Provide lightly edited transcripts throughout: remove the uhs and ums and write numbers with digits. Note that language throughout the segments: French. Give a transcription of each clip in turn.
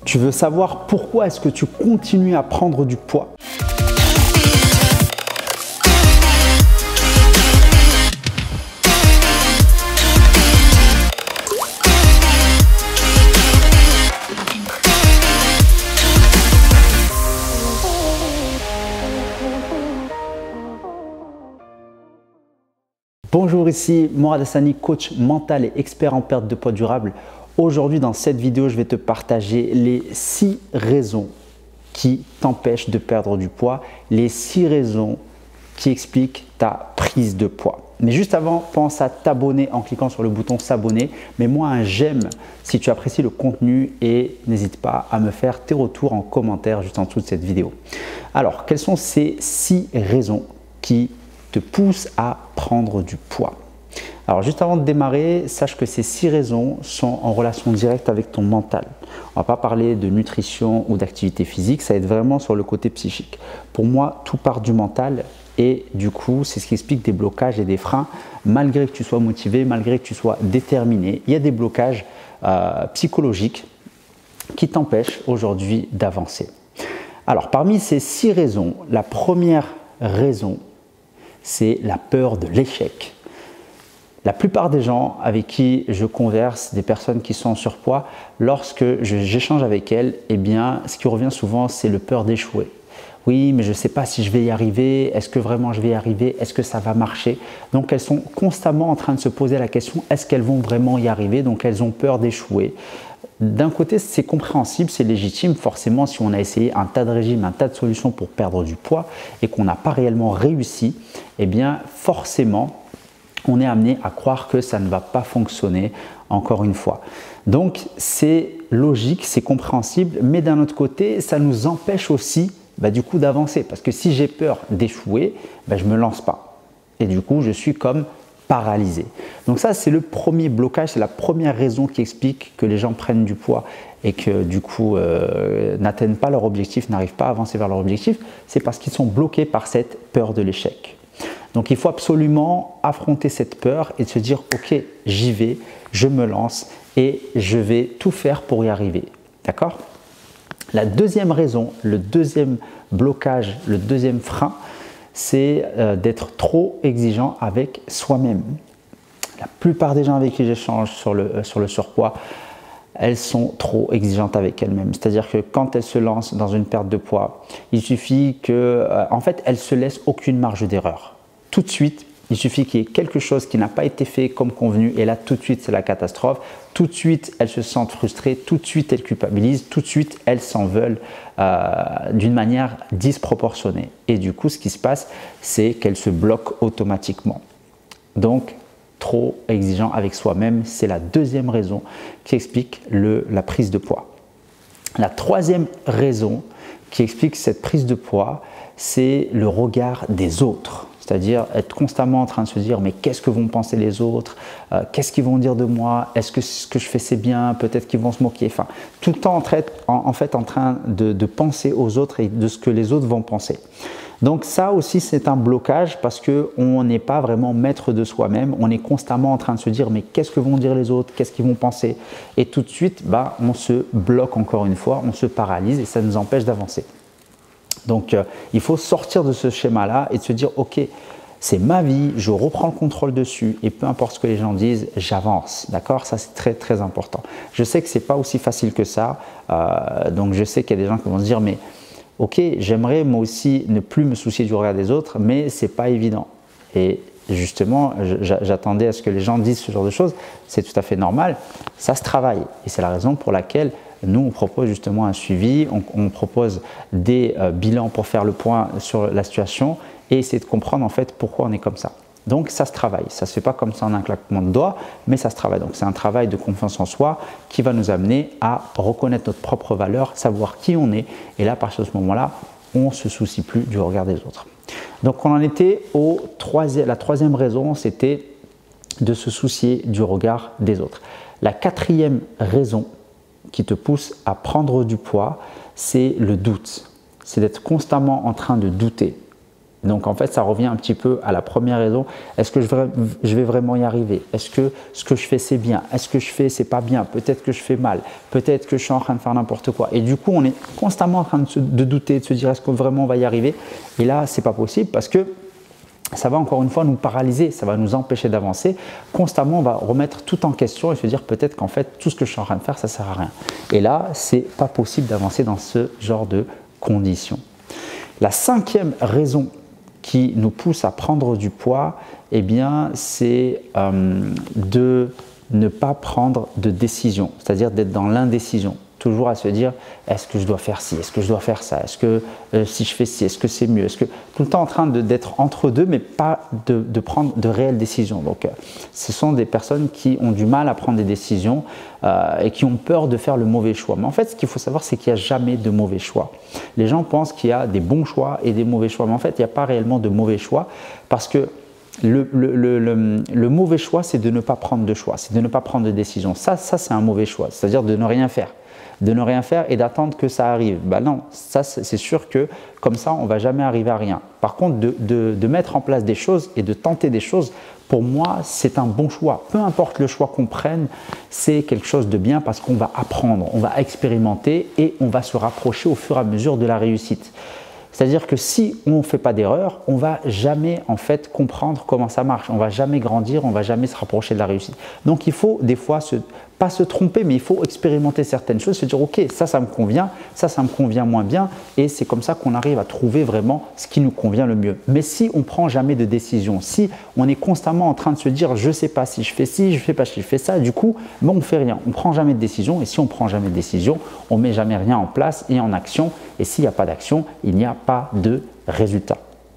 Tu veux savoir pourquoi est-ce que tu continues à prendre du poids? Bonjour, ici Morad Hassani, coach mental et expert en perte de poids durable. Aujourd'hui, dans cette vidéo, je vais te partager les 6 raisons qui t'empêchent de perdre du poids, les 6 raisons qui expliquent ta prise de poids. Mais juste avant, pense à t'abonner en cliquant sur le bouton s'abonner. Mets-moi un j'aime si tu apprécies le contenu et n'hésite pas à me faire tes retours en commentaire juste en dessous de cette vidéo. Alors, quelles sont ces 6 raisons qui te poussent à prendre du poids? Alors, juste avant de démarrer, sache que ces 6 raisons sont en relation directe avec ton mental. On ne va pas parler de nutrition ou d'activité physique, ça va être vraiment sur le côté psychique. Pour moi, tout part du mental et du coup, c'est ce qui explique des blocages et des freins. Malgré que tu sois motivé, malgré que tu sois déterminé, il y a des blocages psychologiques qui t'empêchent aujourd'hui d'avancer. Alors, parmi ces 6 raisons, la première raison, c'est la peur de l'échec. La plupart des gens avec qui je converse, des personnes qui sont en surpoids, lorsque j'échange avec elles, eh bien, ce qui revient souvent, c'est le peur d'échouer. Oui, mais je ne sais pas si je vais y arriver. Est-ce que vraiment je vais y arriver? Est-ce que ça va marcher? Donc, elles sont constamment en train de se poser la question, est-ce qu'elles vont vraiment y arriver? Donc, elles ont peur d'échouer. D'un côté, c'est compréhensible, c'est légitime. Forcément, si on a essayé un tas de régimes, un tas de solutions pour perdre du poids et qu'on n'a pas réellement réussi, eh bien, forcément, on est amené à croire que ça ne va pas fonctionner encore une fois. Donc, c'est logique, c'est compréhensible, mais d'un autre côté, ça nous empêche aussi du coup d'avancer. Parce que si j'ai peur d'échouer, je ne me lance pas. Et du coup, je suis comme paralysé. Donc ça, c'est le premier blocage, c'est la première raison qui explique que les gens prennent du poids et que du coup n'atteignent pas leur objectif, n'arrivent pas à avancer vers leur objectif. C'est parce qu'ils sont bloqués par cette peur de l'échec. Donc il faut absolument affronter cette peur et se dire ok, j'y vais, je me lance et je vais tout faire pour y arriver. D'accord? La deuxième raison, le deuxième blocage, le deuxième frein, c'est d'être trop exigeant avec soi-même. La plupart des gens avec qui j'échange sur le surpoids, elles sont trop exigeantes avec elles-mêmes. C'est-à-dire que quand elles se lancent dans une perte de poids, il suffit que, en fait, elles ne se laissent aucune marge d'erreur. Tout de suite, il suffit qu'il y ait quelque chose qui n'a pas été fait comme convenu et là, tout de suite, c'est la catastrophe. Tout de suite, elles se sentent frustrées, tout de suite, elles culpabilisent, tout de suite, elles s'en veulent d'une manière disproportionnée. Et du coup, ce qui se passe, c'est qu'elles se bloquent automatiquement. Donc, trop exigeant avec soi-même, c'est la deuxième raison qui explique la prise de poids. La troisième raison qui explique cette prise de poids, c'est le regard des autres. C'est-à-dire être constamment en train de se dire mais qu'est-ce que vont penser les autres, qu'est-ce qu'ils vont dire de moi, est-ce que ce que je fais c'est bien, peut-être qu'ils vont se moquer, enfin tout le temps en train de penser aux autres et de ce que les autres vont penser. Donc ça aussi c'est un blocage parce qu'on n'est pas vraiment maître de soi-même, on est constamment en train de se dire mais qu'est-ce que vont dire les autres, qu'est-ce qu'ils vont penser et tout de suite on se bloque encore une fois, on se paralyse et ça nous empêche d'avancer. Donc, il faut sortir de ce schéma-là et de se dire, ok, c'est ma vie, je reprends le contrôle dessus et peu importe ce que les gens disent, j'avance. D'accord? Ça, c'est très, très important. Je sais que ce n'est pas aussi facile que ça. Donc, je sais qu'il y a des gens qui vont se dire, mais ok, j'aimerais moi aussi ne plus me soucier du regard des autres, mais ce n'est pas évident. Et justement, j'attendais à ce que les gens disent ce genre de choses. C'est tout à fait normal. Ça se travaille. Et c'est la raison pour laquelle nous, on propose justement un suivi, on propose des bilans pour faire le point sur la situation et essayer de comprendre en fait pourquoi on est comme ça. Donc ça se travaille, ça ne se fait pas comme ça en un claquement de doigts, mais ça se travaille. Donc c'est un travail de confiance en soi qui va nous amener à reconnaître notre propre valeur, savoir qui on est et là, à partir de ce moment-là, on ne se soucie plus du regard des autres. Donc on en était la troisième raison, c'était de se soucier du regard des autres. La quatrième raison qui te pousse à prendre du poids, c'est le doute. C'est d'être constamment en train de douter. Donc en fait, ça revient un petit peu à la première raison. Est-ce que je vais vraiment y arriver? Est-ce que ce que je fais, c'est bien? Est-ce que je fais, c'est pas bien? Peut-être que je fais mal. Peut-être que je suis en train de faire n'importe quoi. Et du coup, on est constamment en train de douter, de se dire est-ce que vraiment on va y arriver? Et là, c'est pas possible parce que ça va encore une fois nous paralyser, ça va nous empêcher d'avancer. Constamment, on va remettre tout en question et se dire peut-être qu'en fait, tout ce que je suis en train de faire, ça ne sert à rien. Et là, c'est pas possible d'avancer dans ce genre de conditions. La cinquième raison qui nous pousse à prendre du poids, eh bien, c'est de ne pas prendre de décision, c'est-à-dire d'être dans l'indécision. Toujours à se dire, est-ce que je dois faire ci, est-ce que je dois faire ça, est-ce que si je fais ci, est-ce que c'est mieux, est-ce que tout le temps en train d'être entre deux, mais pas de prendre de réelles décisions. Donc, ce sont des personnes qui ont du mal à prendre des décisions et qui ont peur de faire le mauvais choix. Mais en fait, ce qu'il faut savoir, c'est qu'il n'y a jamais de mauvais choix. Les gens pensent qu'il y a des bons choix et des mauvais choix, mais en fait, il n'y a pas réellement de mauvais choix parce que le mauvais choix, c'est de ne pas prendre de choix, c'est de ne pas prendre de décision. Ça c'est un mauvais choix, c'est-à-dire de ne rien faire. De ne rien faire et d'attendre que ça arrive. Ben non, ça c'est sûr que comme ça, on ne va jamais arriver à rien. Par contre, de mettre en place des choses et de tenter des choses, pour moi, c'est un bon choix. Peu importe le choix qu'on prenne, c'est quelque chose de bien parce qu'on va apprendre, on va expérimenter et on va se rapprocher au fur et à mesure de la réussite. C'est-à-dire que si on ne fait pas d'erreur, on ne va jamais en fait comprendre comment ça marche. On ne va jamais grandir, on ne va jamais se rapprocher de la réussite. Donc il faut des fois pas se tromper, mais il faut expérimenter certaines choses, se dire ok, ça me convient, ça me convient moins bien, et c'est comme ça qu'on arrive à trouver vraiment ce qui nous convient le mieux. Mais si on ne prend jamais de décision, si on est constamment en train de se dire je ne sais pas si je fais ci, je ne sais pas si je fais ça, du coup, on ne fait rien, on ne prend jamais de décision, et si on ne prend jamais de décision, on ne met jamais rien en place et en action, et s'il n'y a pas d'action, il n'y a pas de résultat.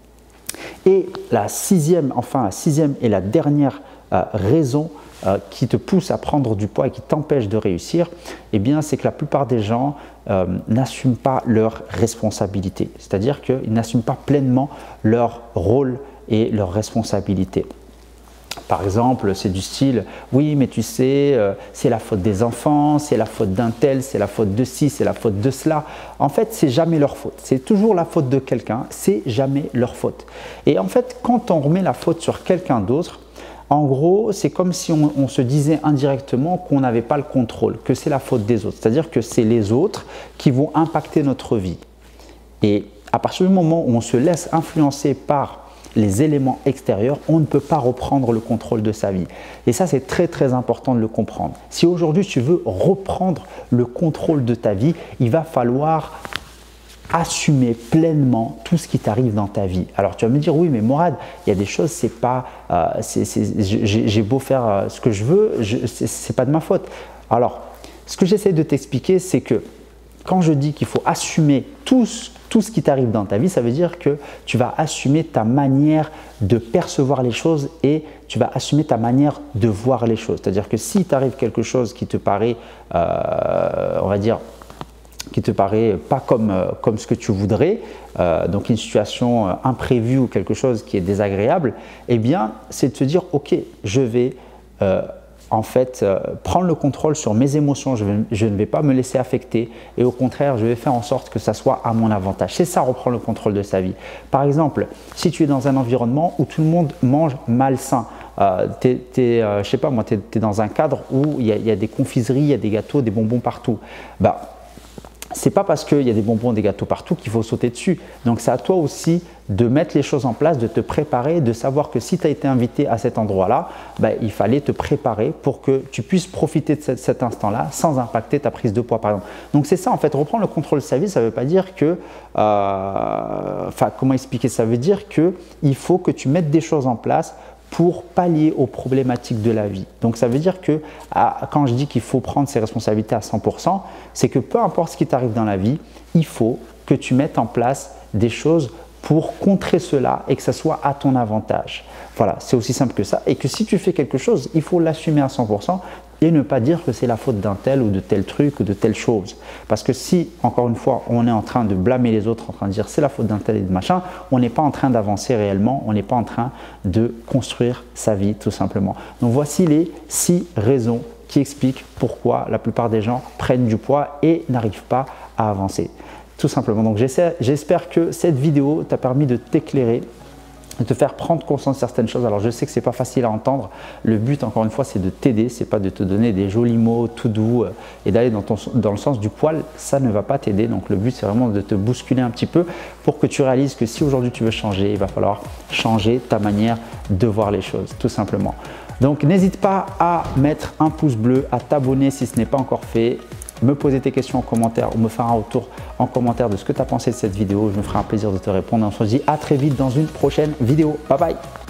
Et la sixième et la dernière raison qui te pousse à prendre du poids et qui t'empêche de réussir, eh bien, c'est que la plupart des gens n'assument pas leurs responsabilités. C'est-à-dire qu'ils n'assument pas pleinement leur rôle et leurs responsabilités. Par exemple, c'est du style « oui, mais tu sais, c'est la faute des enfants, c'est la faute d'un tel, c'est la faute de ci, c'est la faute de cela. » En fait, c'est jamais leur faute. C'est toujours la faute de quelqu'un, c'est jamais leur faute. Et en fait, quand on remet la faute sur quelqu'un d'autre, en gros, c'est comme si on se disait indirectement qu'on n'avait pas le contrôle, que c'est la faute des autres. C'est-à-dire que c'est les autres qui vont impacter notre vie. Et à partir du moment où on se laisse influencer par les éléments extérieurs, on ne peut pas reprendre le contrôle de sa vie. Et ça, c'est très très important de le comprendre. Si aujourd'hui tu veux reprendre le contrôle de ta vie, il va falloir assumer pleinement tout ce qui t'arrive dans ta vie. Alors tu vas me dire, oui mais Morad, il y a des choses, c'est pas, j'ai beau faire ce que je veux, c'est pas de ma faute. Alors, ce que j'essaie de t'expliquer, c'est que quand je dis qu'il faut assumer tout ce qui t'arrive dans ta vie, ça veut dire que tu vas assumer ta manière de percevoir les choses et tu vas assumer ta manière de voir les choses. C'est-à-dire que si t'arrive quelque chose qui te paraît, on va dire, qui te paraît pas comme ce que tu voudrais, donc une situation imprévue ou quelque chose qui est désagréable, eh bien, c'est de se dire, ok, je vais en fait prendre le contrôle sur mes émotions, je ne vais pas me laisser affecter et au contraire, je vais faire en sorte que ça soit à mon avantage. C'est ça, reprendre le contrôle de sa vie. Par exemple, si tu es dans un environnement où tout le monde mange malsain, je sais pas moi, tu es dans un cadre où il y a des confiseries, il y a des gâteaux, des bonbons partout, c'est pas parce qu'il y a des bonbons, des gâteaux partout qu'il faut sauter dessus. Donc c'est à toi aussi de mettre les choses en place, de te préparer, de savoir que si tu as été invité à cet endroit-là, il fallait te préparer pour que tu puisses profiter de cet instant-là sans impacter ta prise de poids par exemple. Donc c'est ça en fait, reprendre le contrôle de sa vie, ça ne veut pas dire que, comment expliquer, ça veut dire qu'il faut que tu mettes des choses en place pour pallier aux problématiques de la vie. Donc ça veut dire que quand je dis qu'il faut prendre ses responsabilités à 100%, c'est que peu importe ce qui t'arrive dans la vie, il faut que tu mettes en place des choses pour contrer cela et que ça soit à ton avantage. Voilà, c'est aussi simple que ça. Et que si tu fais quelque chose, il faut l'assumer à 100% et ne pas dire que c'est la faute d'un tel ou de tel truc ou de telle chose. Parce que si, encore une fois, on est en train de blâmer les autres, en train de dire c'est la faute d'un tel et de machin, on n'est pas en train d'avancer réellement, on n'est pas en train de construire sa vie tout simplement. Donc voici les 6 raisons qui expliquent pourquoi la plupart des gens prennent du poids et n'arrivent pas à avancer. tout simplement. Donc j'espère que cette vidéo t'a permis de t'éclairer, de te faire prendre conscience de certaines choses. Alors je sais que c'est pas facile à entendre. Le but, encore une fois, c'est de t'aider, c'est pas de te donner des jolis mots tout doux et d'aller dans le sens du poil. Ça ne va pas t'aider. Donc le but, c'est vraiment de te bousculer un petit peu pour que tu réalises que si aujourd'hui tu veux changer, il va falloir changer ta manière de voir les choses, tout simplement. Donc n'hésite pas à mettre un pouce bleu, à t'abonner si ce n'est pas encore fait, me poser tes questions en commentaire ou me faire un retour en commentaire de ce que tu as pensé de cette vidéo. Je me ferai un plaisir de te répondre. On se dit à très vite dans une prochaine vidéo. Bye bye.